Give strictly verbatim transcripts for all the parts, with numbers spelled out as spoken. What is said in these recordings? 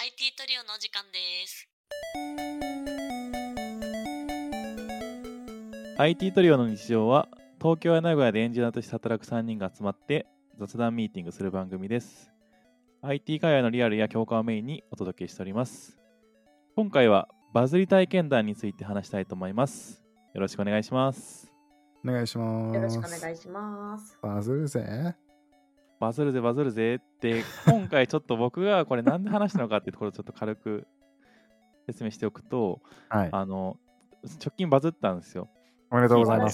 アイティー トリオのお時間です。 アイティー トリオの日常は東京や名古屋でエンジニアとして働くさんにんが集まって雑談ミーティングする番組です。 アイティー 界隈のリアルや共感をメインにお届けしております。今回はバズり体験談について話したいと思います。よろしくお願いします。 お願いします。 よろしくお願いします。 バズるぜバズるぜバズるぜって今回ちょっと僕がこれなんで話したのかっていうところをちょっと軽く説明しておくと、 はい、 あの直近バズったんですよ。 おめでとうございます。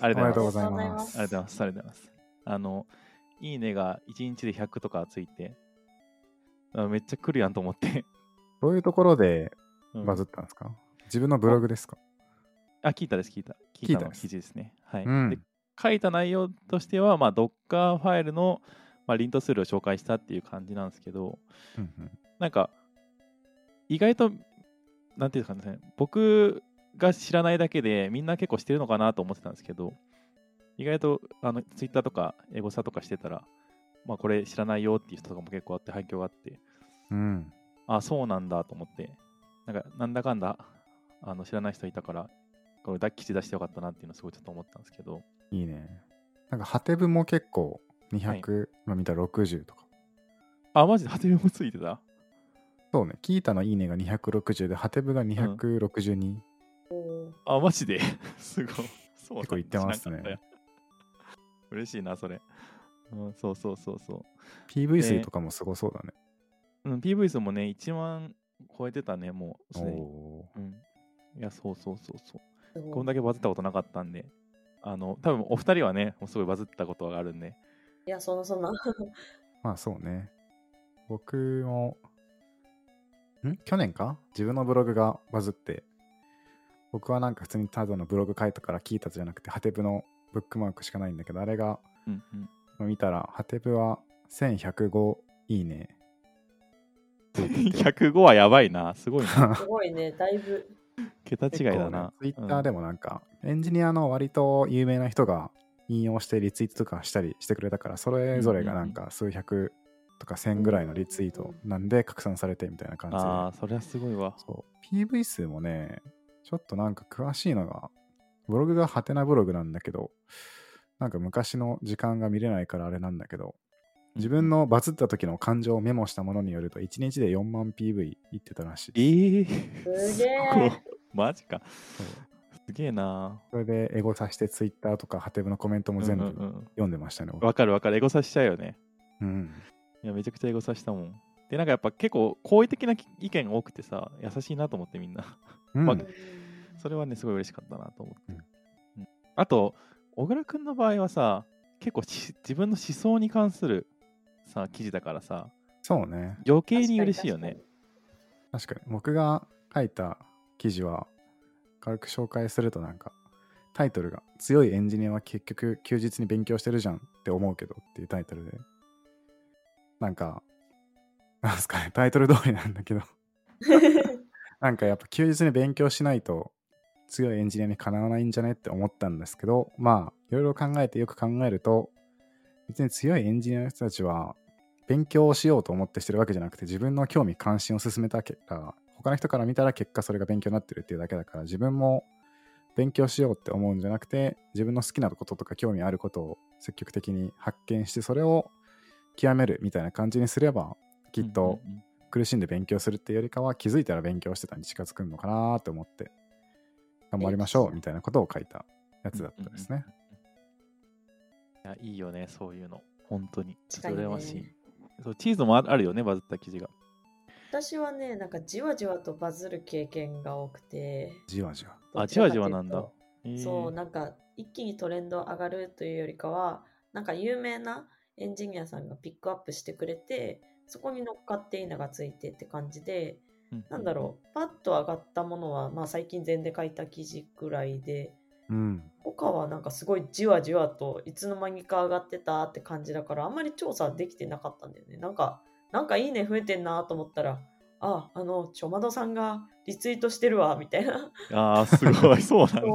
ありがとうございまます。ありがとうございます。ありがとうございます。あのいいねがいちにちでひゃくとかついて、あめっちゃ来るやんと思って。 どういうところでバズったんですか、うん、自分のブログですか？ あ、聞いたです、聞いた。聞いたの記事ですね。はい。 うん、 で書いた内容としては、まあ、Docker ファイルの、まあ、リントツールを紹介したっていう感じなんですけど、 うんうん、 なんか、意外と、なんていうんですかね、僕が知らないだけで、みんな結構知ってるのかなと思ってたんですけど、意外とあの Twitter とかエゴサとかしてたら、まあ、これ知らないよっていう人とかも結構あって、反響があって、 うん、 あ、そうなんだと思って、なんか、なんだかんだあの知らない人いたから、これ、記事出してよかったなっていうのをすごいちょっと思ったんですけど。 いいね。なんか、ハテブも結構にひゃく、はい、まあ見たらろくじゅうとか。 あ、マジでハテブもついてた？ そうね。キータのいいねがにひゃくろくじゅうで、ハテブがにひゃくろくじゅうに。 うん、あ、マジですごい。そう結構言ってますね。 嬉しいな、それ。うん、そうそうそうそう。 ピーブイ 数とかもすごそうだね。 うん、ピーブイ 数もね、いちまん超えてたね、もうすでに。うん。いや、そうそうそうそう。こんだけバズったことなかったんで、あの、多分お二人はね、もうすごいバズったことがあるんで。 いや、そんなそんな。 まあそうね。僕も、ん去年か自分のブログがバズって、僕はなんか普通にただのブログ書いたからキータじゃなくて、ハテブのブックマークしかないんだけど、あれが、うんうん、見たら、ハテブはせんひゃくごいいね。 ひゃくごはやばいな。すごいな。 すごいね、だいぶ。 桁違いだな。 ツイッターでもなんか、うん、エンジニアの割と有名な人が引用してリツイートとかしたりしてくれたから、それぞれがなんか数百とか千ぐらいのリツイートなんで拡散されてみたいな感じで。 ああ、それはすごいわ。 そう。ピーブイ 数もね、ちょっとなんか詳しいのが、ブログがハテナブログなんだけど、なんか昔の時間が見れないからあれなんだけど、自分のバズった時の感情をメモしたものによるといちにちでよんまん ピーブイ いってたらしいです。 えー、すげえ。 マジか。すげえな。 それでエゴさしてツイッターとかハテブのコメントも全部読んでましたね。わ、 うんうん、かるわかる。エゴさしちゃうよね。 うん。 いや、めちゃくちゃエゴさしたもん。で、なんかやっぱ結構好意的な意見が多くてさ、優しいなと思ってみんな。うんまあ、それはね、すごい嬉しかったなと思って。うんうん、あと、小倉くんの場合はさ、結構自分の思想に関するさ、記事だからさ、 そうね。 余計に嬉しいよね。 確かに。確かに僕が書いた記事は、軽く紹介するとなんか、タイトルが、強いエンジニアは結局休日に勉強してるじゃんって思うけどっていうタイトルで、なんか、なんすかね、タイトル通りなんだけど、なんかやっぱ休日に勉強しないと強いエンジニアにかなわないんじゃねって思ったんですけど、まあ、いろいろ考えてよく考えると、別に強いエンジニアの人たちは、勉強をしようと思ってしてるわけじゃなくて、自分の興味関心を進めた結果、他の人から見たら結果それが勉強になってるっていうだけだから、自分も勉強しようって思うんじゃなくて、自分の好きなこととか興味あることを積極的に発見して、それを極めるみたいな感じにすれば、きっと苦しんで勉強するっていうよりかは、気づいたら勉強してたに近づくのかなって思って、頑張りましょうみたいなことを書いたやつだったですね。 いや、いいよね、そういうの。本当に。羨ましい。そう、チーズもあるよね、バズった記事が。 私はね、なんかじわじわとバズる経験が多くて。 じわじわ。 あ、じわじわなんだ。 そう、なんか一気にトレンド上がるというよりかは、なんか有名なエンジニアさんがピックアップしてくれて、そこに乗っかっていいのがついてって感じで、うんうん、なんだろう、パッと上がったものは、まあ最近全で書いた記事くらいで、うん、他はなんかすごいじわじわといつの間にか上がってたって感じだから、あんまり調査できてなかったんだよね。なんか、なんかいいね増えてんなと思ったら、あ、あの、ちょまどさんがリツイートしてるわ、みたいな。 ああ、すごい、そうなんだ。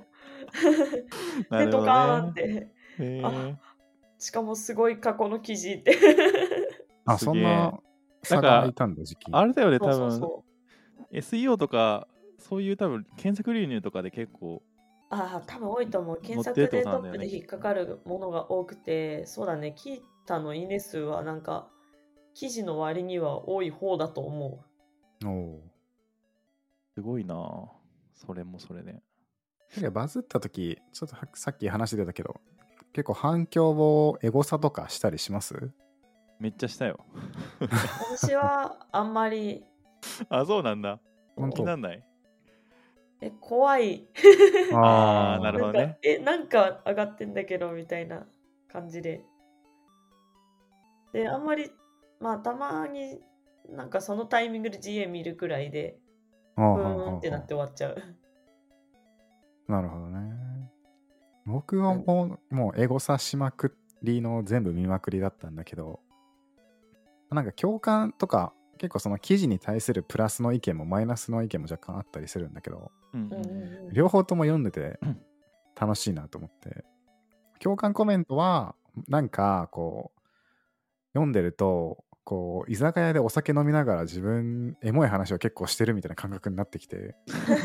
で、ドカーンって。あ、しかもすごい過去の記事って。 あ、そんな、 差が空いたんだ時期。 あれだよね、多分そうそうそうエスイーオー とかそういう多分検索流入とかで結構ああ、多分多いと思う。検載ってるって索でトことなんだよねップで引っかかるものが多くて、そうだね、キータのいいね数はなんか、記事の割には多い方だと思おお。 すごいなぁそれもそれで。 てかバズった時、ちょっとさっき話出たけど、結構反響をエゴサとかしたりします？ めっちゃしたよ。 う。私はあんまり、 あ、そうなんだ。 本当気になんないえ、怖い。 あー、なるほどね。 なんか、え、なんか上がってんだけど、みたいな感じで。で、あんまり、まあ、たまになんかそのタイミングで ジーエー 見るくらいで、 ああ、 ふはあはあーんってなって終わっちゃう。 なるほどね。僕はもう、もうエゴサしまくりの全部見まくりだったんだけど、なんか共感とか、結構その記事に対するプラスの意見もマイナスの意見も若干あったりするんだけど、 うんうんうんうんうん両方とも読んでてうん楽しいなと思って。共感コメントは、なんかこう、読んでると、こう、居酒屋でお酒飲みながら自分、エモい話を結構してるみたいな感覚になってきて、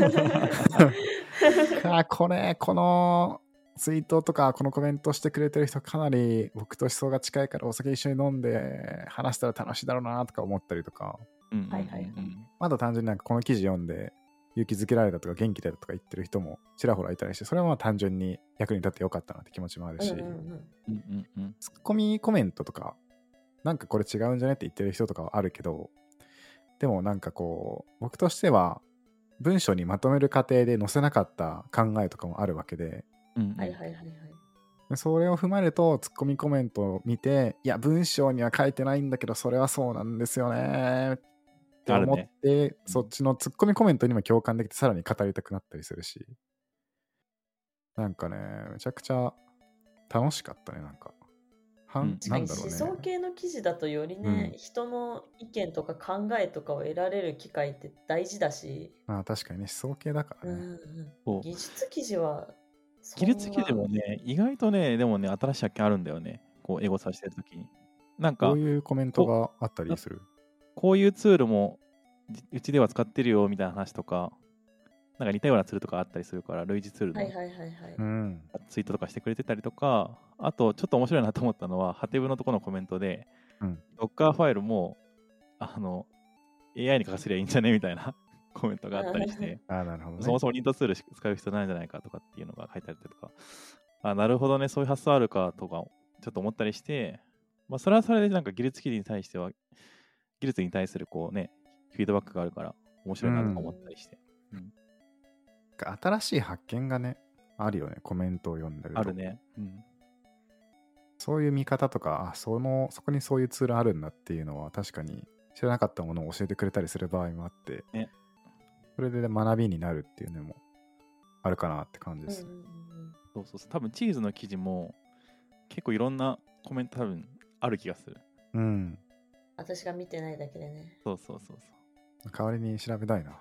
あこれ、このツイートとか、このコメントしてくれてる人かなり僕と思想が近いからお酒一緒に飲んで話したら楽しいだろうなとか思ったりとか、 うんうんうんはいはいはいまだ単純になんかこの記事読んで勇気づけられたとか元気だとか言ってる人もちらほらいたりして、それはまあ単純に役に立ってよかったなって気持ちもあるし、 うんうんうんうんうんうんツッコミコメントとかなんかこれ違うんじゃねって言ってる人とかはあるけど、でもなんかこう僕としては文章にまとめる過程で載せなかった考えとかもあるわけで、 うんうんはいはいはいはい。 でそれを踏まえるとツッコミコメントを見て、いや文章には書いてないんだけどそれはそうなんですよねって思って、 ねそっちのツッコミコメントにも共感できてさらに語りたくなったりするし、なんかねめちゃくちゃ楽しかったね。なんかはん、 うんなんだろうね。 思想系の記事だとよりね、 うん人の意見とか考えとかを得られる機会って大事だし、 まあ確かにね思想系だからね。 うんうんそう技術記事はそん技な術記事もね、意外とね、でもね、新しい発見あるんだよね。こう、エゴさしてるときに。なんかどう、いうコメントがあったりする？ こういうツールもじうちでは使ってるよみたいな話とか、なんか似たようなツールとかあったりするから、類似ツールのはいはいはいはい。 うんツイートとかしてくれてたりとか、あと、ちょっと面白いなと思ったのは、ハテブのところのコメントで、 うん Docker ファイルも、あの、エーアイ に書かせりゃいいんじゃねみたいなコメントがあったりして、 ああなるほどね。 そもそもニントツールし使う必要ないんじゃないかとかっていうのが書いてあったりとか、あ、なるほどね、そういう発想あるかとか、ちょっと思ったりして、まあ、それはそれでなんか技術記事に対しては、技術に対するこうね、フィードバックがあるから、面白いなとか思ったりして。うん新しい発見がねあるよね、コメントを読んでると。 あるね。うん。 そういう見方とか、あそのそこにそういうツールあるんだっていうのは確かに知らなかったものを教えてくれたりする場合もあって、 ねそれで学びになるっていうのもあるかなって感じです。 うんうんうんそうそうそう。多分チーズの記事も結構いろんなコメント多分ある気がする。 うん。 私が見てないだけでね。 そうそうそうそう。 代わりに調べたいな。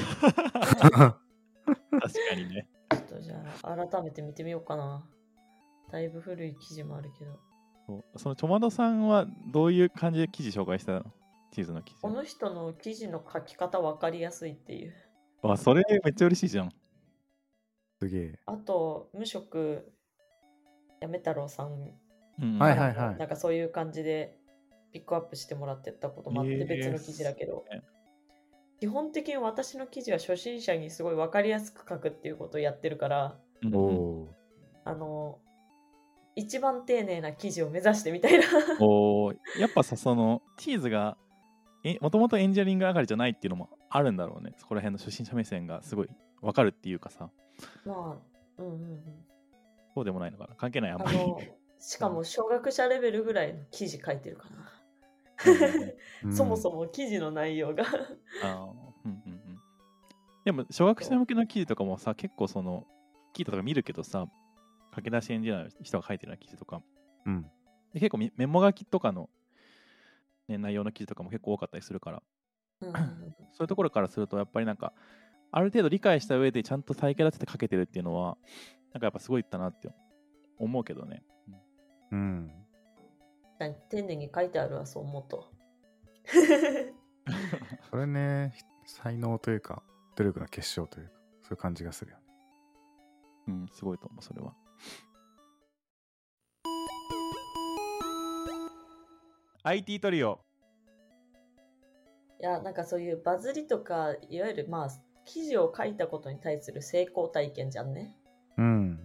確かにね。 ちょっとじゃあ改めて見てみようかな。だいぶ古い記事もあるけど。 そうそのチョマドさんはどういう感じで記事紹介したの？チーズの記事。 この人の記事の書き方分かりやすいっていう。 あ、それめっちゃ嬉しいじゃん。 すげえ。 あと、無職やめ太郎さんうん、 はいはいはいなんかそういう感じでピックアップしてもらってたこともあって、 えー別の記事だけど、 ね基本的に私の記事は初心者にすごい分かりやすく書くっていうことをやってるから、 うんうんおおあの、一番丁寧な記事を目指してみたいな。 おーやっぱさ、そのチーズがもともとエンジニアリング上がりじゃないっていうのもあるんだろうね。そこら辺の初心者目線がすごい分かるっていうかさ、 まあ、うんうんうん。 そうでもないのかな。関係ない、あんあまり。 の、しかも初学者レベルぐらいの記事書いてるかな。そもそも記事の内容があーうんうんうん。でも、初学者向けの記事とかもさ、結構その、記事とか見るけどさ、駆け出しエンジニアの人が書いてるような記事とか、 うん。 で結構メメモ書きとかの、ね、内容の記事とかも結構多かったりするから、 うんうんうんそういうところからすると、やっぱりなんか、ある程度理解した上でちゃんと体系立てて書けてるっていうのは、なんかやっぱすごいったなって思うけどね。 うん。 丁寧に書いてあるわ、そう思うと。 これね、才能というか、努力の結晶というか、そういう感じがするよね。 うん、すごいと思う、それは。アイティー トリオ。 いや、なんかそういうバズりとか、いわゆるまあ、記事を書いたことに対する成功体験じゃんね。 うん。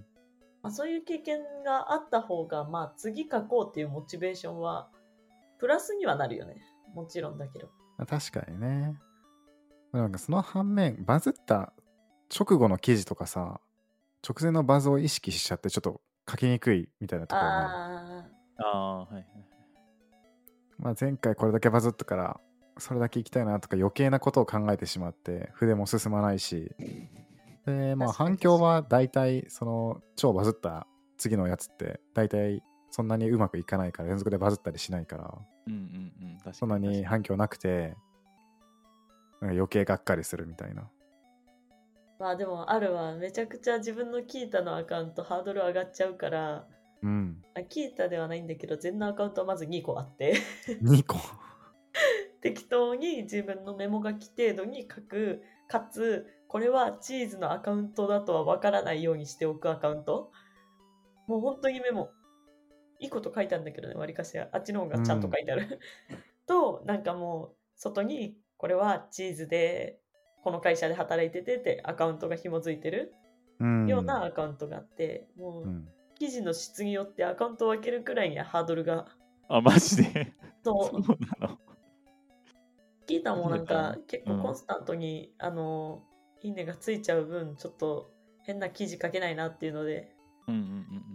まあ、そういう経験があった方が、まあ、次書こうっていうモチベーションは、プラスにはなるよね。もちろんだけど。 確かにね。なんかその反面、バズった直後の記事とかさ、直前のバズを意識しちゃってちょっと書きにくいみたいなところない。 あああ、はいはい。 まあ前回これだけバズったからそれだけ行きたいなとか余計なことを考えてしまって筆も進まないし、でまあ反響は大体その超バズった次のやつって大体そんなにうまくいかないから連続でバズったりしないから、 うんうんうん、確かにそんなに反響なくてなんか余計がっかりするみたいな。 まあでもあるわ。めちゃくちゃ自分のキータのアカウントハードル上がっちゃうから、 うん。 あキータではないんだけど、全のアカウントはまずにこあって。 にこ適当に自分のメモ書き程度に書く、かつ、これはチーズのアカウントだとはわからないようにしておくアカウント。もう本当にメモ。いいこと書いたんだけどね、わりかしは。あっちの方がちゃんと書いてある。うん、と、なんかもう、外に、これはチーズで、この会社で働いててってアカウントが紐づいてるようなアカウントがあって、うん、もう、うん、記事の質によってアカウントを分けるくらいにはハードルが。 あ、マジでそう。 そうなの。 キータもなんか結構コンスタントに、うん、あのいいねがついちゃう分ちょっと変な記事書けないなっていうので、 うんうんうんうん、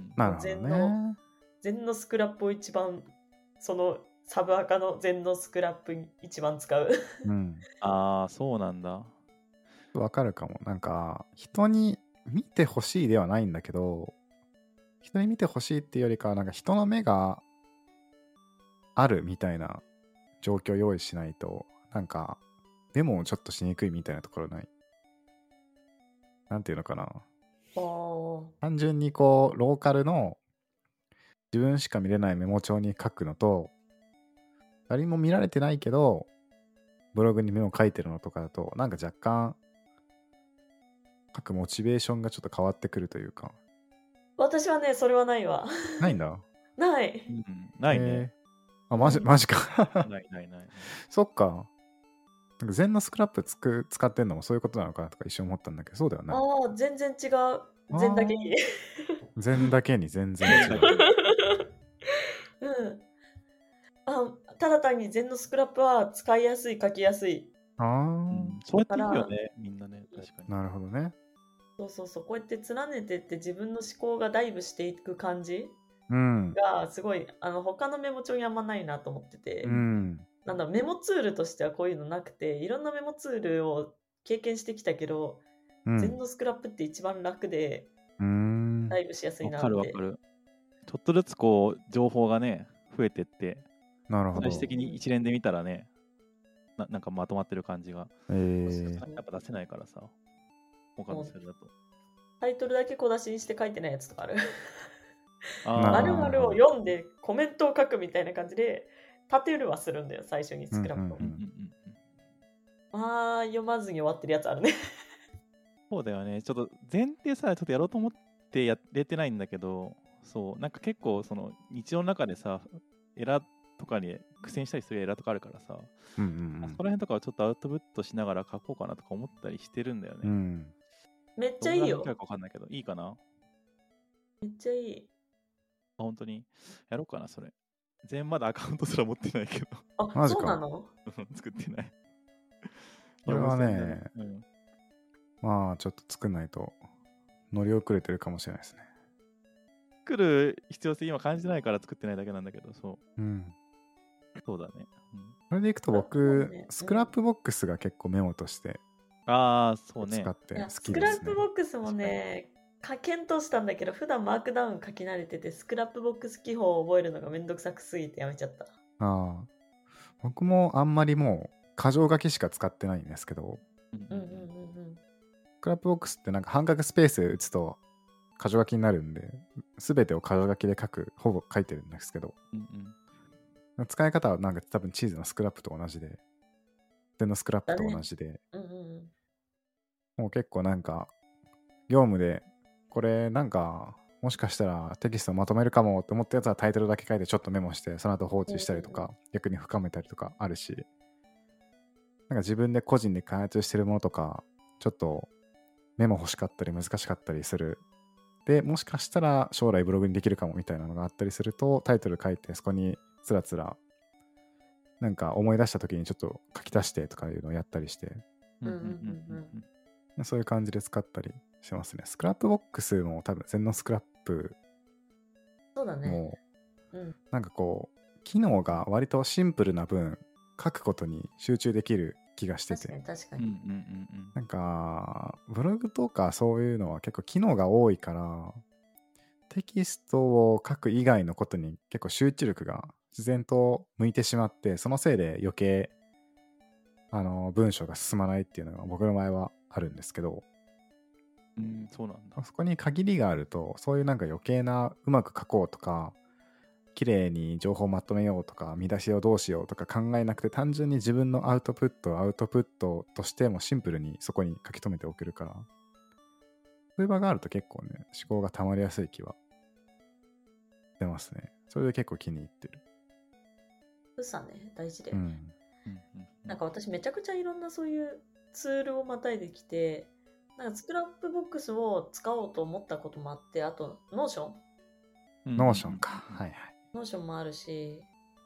なるほどね。 全の全のスクラップを一番そのサブアカの全のスクラップ一番使う、 うん、 ああそうなんだ。 わかるかも。なんか人に見てほしいではないんだけど、人に見てほしいっていうよりかはなんか人の目があるみたいな状況を用意しないとなんかデモをちょっとしにくいみたいなところない。なんていうのかな。単純にこうローカルの自分しか見れないメモ帳に書くのと、誰も見られてないけどブログにメモ書いてるのとかだとなんか若干書くモチベーションがちょっと変わってくるというか。 私はねそれはないわ。 ないんだ。 ない、 うん、ないね。 えー、あマジ、マジか。 ないないない。 そっか。なんか全のスクラップつく使ってんのもそういうことなのかなとか一瞬思ったんだけど、そうではない。 ああ全然違う。全だけに全だけに全然違う。 うん、あただ単に全のスクラップは使いやすい書きやすい。 ああ、うん、 そうやって言うよねみんなね。確かに。 なるほどね。 そうそうそう、こうやって連ねてって自分の思考がダイブしていく感じうんがすごい、あの他のメモ帳にあんまないなと思ってて、 うん、 なんだメモツールとしてはこういうのなくて、いろんなメモツールを経験してきたけど、うん、全のスクラップって一番楽で、うん、ダイブしやすいなって。 わかるわかる。ちょっとずつこう情報がね増えてって、 なるほど。 最終的に一連で見たらね、な, なんかまとまってる感じが、えー、やっぱ出せないからさ、他のそれだと。 タイトルだけ小出しにして書いてないやつとかある。〇〇を読んでコメントを書くみたいな感じで立てるはするんだよ、最初にスクラップを。まあ読まずに終わってるやつあるね。 そうだよね。ちょっと前提さちょっとやろうと思ってやれてないんだけど、そうなんか結構その日常の中でさエラーとかに苦戦したりするエラーとかあるからさ、うんうんうん、そこら辺とかをちょっとアウトプットしながら書こうかなとか思ったりしてるんだよね。うん、 めっちゃいいよ。 どうかわかんないけどいいかな。 めっちゃいい。 あ、本当にやろうかなそれ。全まだアカウントすら持ってないけど。 あ、マジか。そうなの？ 作ってない。 これはね、うん、まあちょっと作んないと乗り遅れてるかもしれないですね。 作る必要性今感じないから作ってないだけなんだけど、そう。うん。そうだね。 うん、それでいくと僕、ね、スクラップボックスが結構メモとしてああ、そうね。 使って好きですね。 スクラップボックスもね、検討したんだけど、普段マークダウン書き慣れてて、スクラップボックス記法を覚えるのがめんどくさくすぎてやめちゃった。 ああ。僕もあんまりもう、箇条書きしか使ってないんですけど、うんうんうんうん、スクラップボックスってなんか半角スペース打つと箇条書きになるんで、すべてを箇条書きで書く、ほぼ書いてるんですけど、うんうん、 使い方はなんか多分チーズのスクラップと同じで、ゼンのスクラップと同じで、 うんうんうん、 もう結構なんか、業務で、これなんか、もしかしたらテキストまとめるかもって思ったやつはタイトルだけ書いてちょっとメモして、その後放置したりとか、うんうん、逆に深めたりとかあるし、なんか自分で個人で開発してるものとか、ちょっとメモ欲しかったり難しかったりする。で、もしかしたら将来ブログにできるかもみたいなのがあったりすると、タイトル書いてそこにつらつらなんか思い出した時にちょっと書き足してとかいうのをやったりして、 うんうんうんうん、そういう感じで使ったりしますね。スクラップボックスも多分ゼンのスクラップそうだね。 もう、ん、 なんかこう機能が割とシンプルな分書くことに集中できる気がしてて、 確かに確かに、 なんかブログとかそういうのは結構機能が多いからテキストを書く以外のことに結構集中力が自然と向いてしまって、そのせいで余計あの文章が進まないっていうのが僕の場合はあるんですけど、 うん、そうなんだ。 そこに限りがあると、そういうなんか余計なうまく書こうとか綺麗に情報をまとめようとか見出しをどうしようとか考えなくて、単純に自分のアウトプットをアウトプットとしてもシンプルにそこに書き留めておけるから、そういう場があると結構ね思考が溜まりやすい気は出ますね。それで結構気に入ってる。 うさね、大事だようね、 ん、 なんか私めちゃくちゃいろんなそういうツールをまたいできて、なんかスクラップボックスを使おうと思ったこともあって、あとノーションノーションか、はいはい、 ノーションもあるし、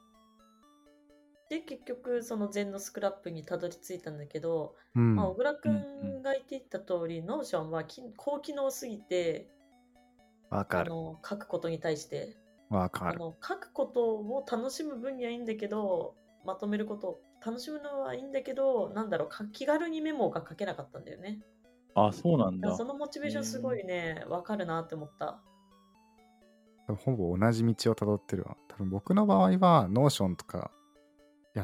で結局そのゼンのスクラップにたどり着いたんだけど、うん、まあ、小倉くんが言っていた通り、うんうん、ノーションは高機能すぎて、 わかる。 あの書くことに対してわかる。 あの書くことを楽しむ分にはいいんだけど、まとめること楽しむのはいいんだけど、なんだろう、気軽にメモが書けなかったんだよね。 あ、そうなんだ。 そのモチベーションすごいね、わかるなって思った。 ほぼ同じ道をたどってるわ。多分僕の場合はノーションとかやって、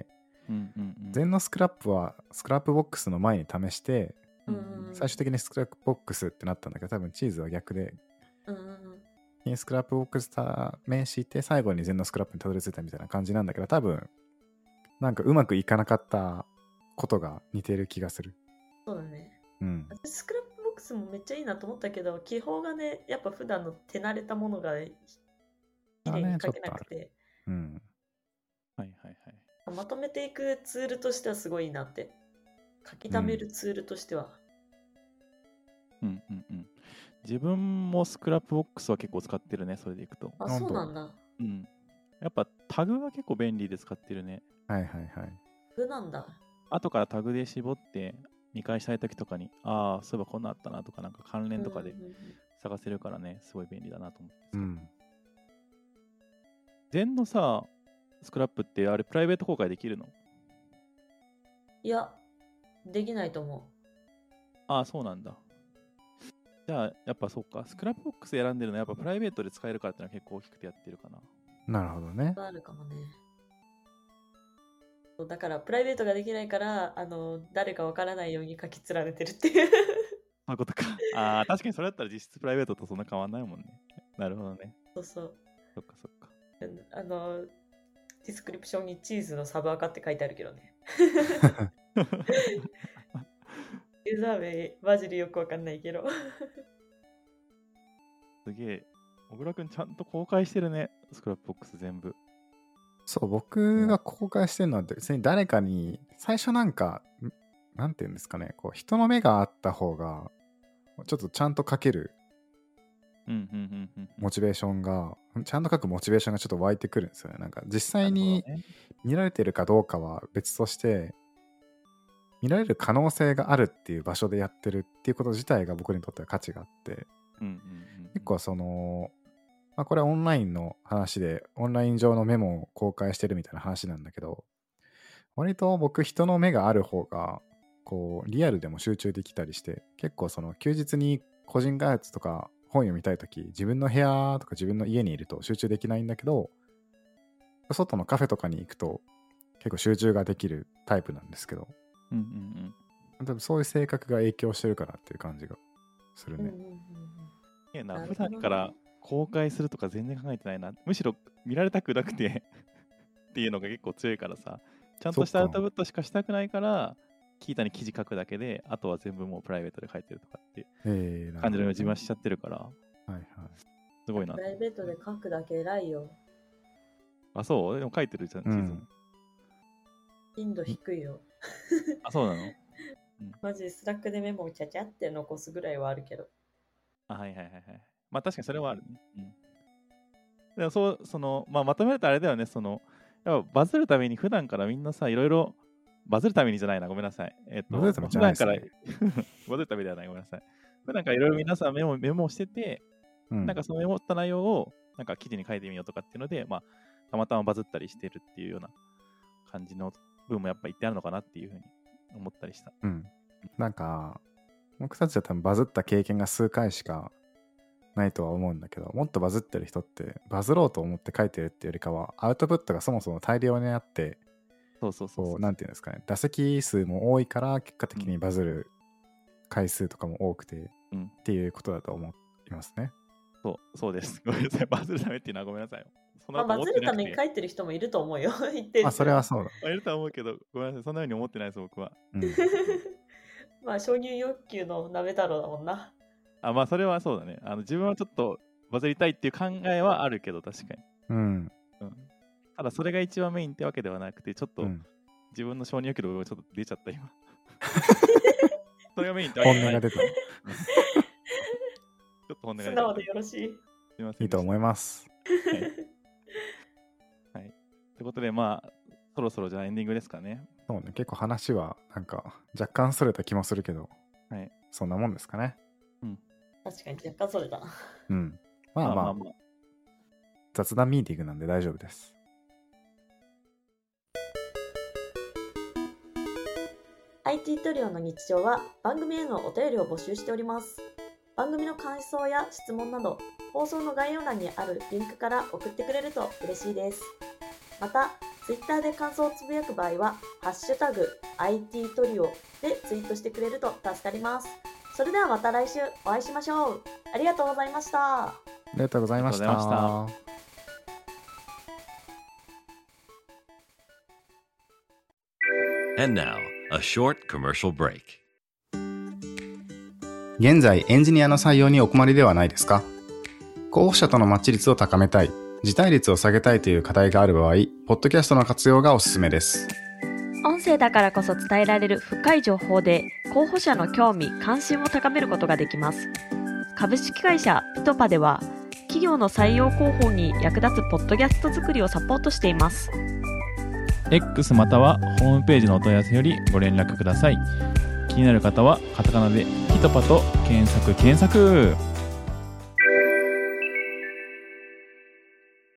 うんうんうん、 ゼンのスクラップはスクラップボックスの前に試して、 うんうんうん、 最終的にスクラップボックスってなったんだけど、多分チーズは逆で、 うんうんうん、 スクラップボックス試して最後にゼンのスクラップにたどり着いたみたいな感じなんだけど、多分なんかうまくいかなかったことが似てる気がする。 そうだね。 うん。 スクラップボックスもめっちゃいいなと思ったけど、記法がね、やっぱ普段の手慣れたものがきれいに書けなくて、ね、 うん。 はいはいはい。 まとめていくツールとしてはすごいなって。書き溜めるツールとしては。 うん、うんうんうん。自分もスクラップボックスは結構使ってるね、それでいくと。 あ、そうなんだ。 うん。やっぱタグが結構便利で使ってるね。 はいはいはい。 タグなんだ。 後からタグで絞って見返したいときとかに、ああ、そういえばこんなあったなとか、なんか関連とかで探せるからね、すごい便利だなと思って。うん。ゼンのさ、スクラップってあれプライベート公開できるの？ いや、できないと思う。 ああ、そうなんだ。じゃあ、やっぱそうか。スクラップボックス選んでるのはやっぱプライベートで使えるからってのは結構大きくてやってるかな。 なるほどね。 あるかもね。だからプライベートができないから、あの誰かわからないように書き連ねてるっていう。 そういうことか。ああ、確かにそれだったら実質プライベートとそんな変わんないもんね。なるほどね。 そうそう。 そっかそっか。 あの、ディスクリプションにチーズのサブアカって書いてあるけどね。ユーザー名、マジでよくわかんないけど。 すげえ。小倉くんちゃんと公開してるね。スクラップボックス全部。 そう、僕が公開してるのは別に誰かに、最初なんか、なんていうんですかね、こう人の目があった方が、ちょっとちゃんと書けるモチベーションが、ちゃんと書くモチベーションがちょっと湧いてくるんですよね。なんか実際に見られてるかどうかは別として、見られる可能性があるっていう場所でやってるっていうこと自体が僕にとっては価値があって、結構その、まあ、これはオンラインの話で、オンライン上のメモを公開してるみたいな話なんだけど、割と僕人の目がある方が、こう、リアルでも集中できたりして、結構その休日に個人開発とか本読みたいとき、自分の部屋とか自分の家にいると集中できないんだけど、外のカフェとかに行くと結構集中ができるタイプなんですけど、 うんうんうん、 多分そういう性格が影響してるかなっていう感じがするね。 うんうんうん、 いやな、普段から公開するとか全然考えてないな。むしろ見られたくなくてっていうのが結構強いからさ、ちゃんとしたアウトプットしかしたくないからキータに記事書くだけで、あとは全部もうプライベートで書いてるとかっていう感じの自分はしちゃってるから、 はいはい、 すごいな。 プライベートで書くだけ偉いよ。 あ、そうでも書いてるじゃん、地図も。 頻度低いよ。 あ、そうなの、うん、 マジスラックでメモをちゃちゃって残すぐらいはあるけど。 あ、はいはいはいはい。まあ確かにそれはあるね。うん。でもそう、その、まあまとめるとあれだよね、その、やっぱバズるために普段からみんなさ、いろいろ、バズるためにじゃないな、ごめんなさい。えっと、 バズるためじゃないですね。 普段から、バズるためではない、ごめんなさい。普段からいろいろ皆さんメモ、メモしてて、うん、なんかそのメモった内容を、なんか記事に書いてみようとかっていうので、まあ、たまたまバズったりしてるっていうような感じの部分もやっぱ言ってあるのかなっていうふうに思ったりした。 うん。なんか、僕たちは多分バズった経験が数回しかないとは思うんだけど、もっとバズってる人ってバズろうと思って書いてるっていうよりかは、アウトプットがそもそも大量にあって、 そうそうそうそう、 なんていうんですかね、打席数も多いから結果的にバズる回数とかも多くて、うん、っていうことだと思いますね。 そう、そうです。ごめんなさい。バズるためっていうのはごめんなさい。 そんなまあ、バズるために書いてる人もいると思うよ。言ってる。 あ、それはそうだ。 いるとは思うけど、ごめんなさい。そんな風に思ってないです、僕は。うん、 まあ、承認欲求のなめ太郎だもんな。 あ、まあ、それはそうだね。あの自分はちょっとバズりたいっていう考えはあるけど、確かに。 うん。 うん、ただ、それが一番メインってわけではなくて、ちょっと、うん、自分の承認欲求の部分がちょっと出ちゃった、今。それがメインってわけじゃない。本音が出た。ちょっと本音が出た。 素直でよろしい。 すみません。 いいと思います。 はい。はい、ということで、まあ、そろそろじゃあエンディングですかね。 そうね、結構話はなんか若干それた気もするけど、はい、そんなもんですかね。 うん。確かに若干それた。 うん。まあまあ、まあまあ、雑談ミーティングなんで大丈夫です。 アイティー トリオの日常は番組へのお便りを募集しております。番組の感想や質問など、放送の概要欄にあるリンクから送ってくれると嬉しいです。また、Twitter で感想をつぶやく場合は、ハッシュタグ アイティー トリオでツイートしてくれると助かります。それではまた来週お会いしましょう。ありがとうございました。 ありがとうございました。 And now, a short commercial break. 現在エンジニアの採用にお困りではないですか？候補者とのマッチ率を高めたい、辞退率を下げたいという課題がある場合、ポッドキャストの活用がおすすめです。 音声だからこそ伝えられる深い情報で候補者の興味・関心を高めることができます。株式会社ピトパでは企業の採用広報に役立つポッドキャスト作りをサポートしています。 X またはホームページのお問い合わせよりご連絡ください。気になる方はカタカナでピトパと検索検索。